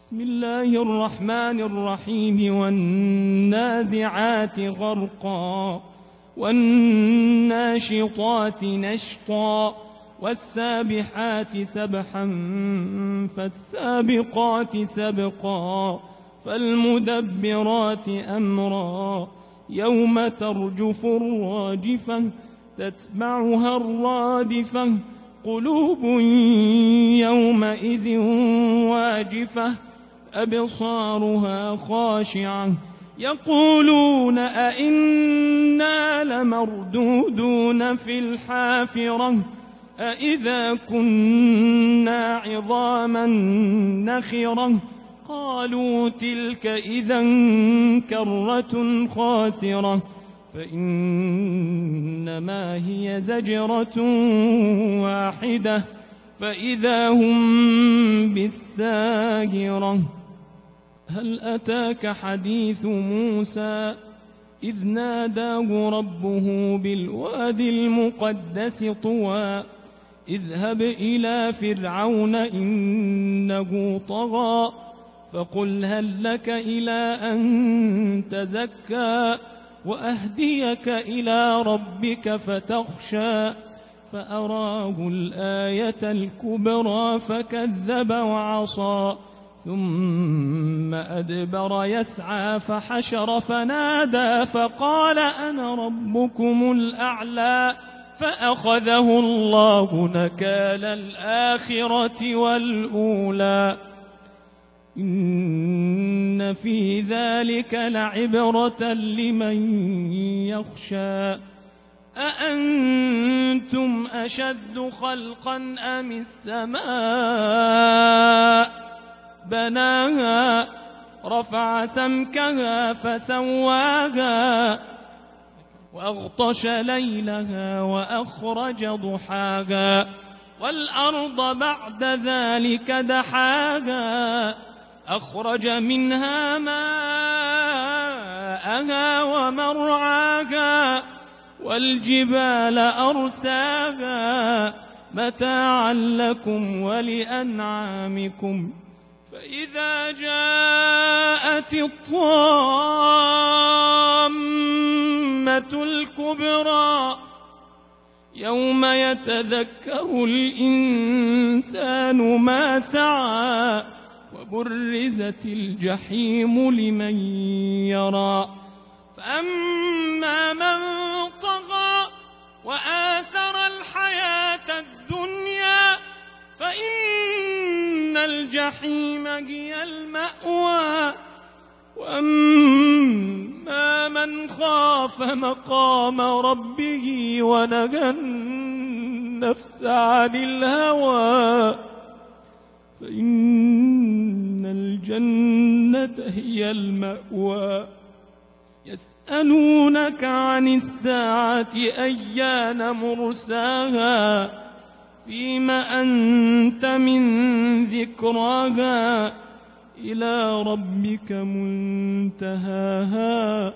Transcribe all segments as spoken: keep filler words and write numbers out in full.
بسم الله الرحمن الرحيم والنازعات غرقا والناشطات نشطا والسابحات سبحا فالسابقات سبقا فالمدبرات أمرا يوم ترجف الراجفة تتبعها الرادفة قلوب يومئذ واجفة أبصارها خاشعة يقولون أئنا لمردودون في الحافرة أئذا كنا عظاما نخرة قالوا تلك إذا كرة خاسرة فإنما هي زجرة واحدة فإذا هم بالساهرة هل أتاك حديث موسى إذ ناداه ربه بالوادي المقدس طوى اذهب إلى فرعون إنه طغى فقل هل لك إلى أن تزكى وأهديك إلى ربك فتخشى فأراه الآية الكبرى فكذب وعصى ثم أدبر يسعى فحشر فنادى فقال أنا ربكم الأعلى فأخذه الله نكال الآخرة والأولى إن في ذلك لعبرة لمن يخشى أأنتم أشد خلقا أم السماء بناها رفع سمكها فسواها وأغطش ليلها وأخرج ضحاها والأرض بعد ذلك دحاها أخرج منها ماءها ومرعاها والجبال أرساها متاعا لكم ولأنعامكم فإذا جاءت الطامة الكبرى يوم يتذكر الإنسان ما سعى وبرزت الجحيم لمن يرى فأما من طغى وآثر الحياة الدنيا فإن الجحيم هي المأوى وأما من خاف مقام ربه ونهى النفس عن الهوى فإن الجنة هي المأوى يسألونك عن الساعة أيان مرساها فيم أنت من ذكراها إلى ربك منتهاها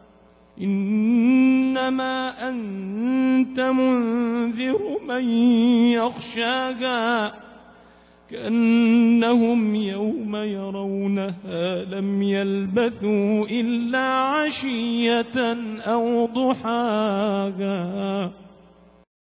إنما أنت منذر من يخشاها كأنهم يوم يرونها لم يلبثوا إلا عشية أو ضحاها.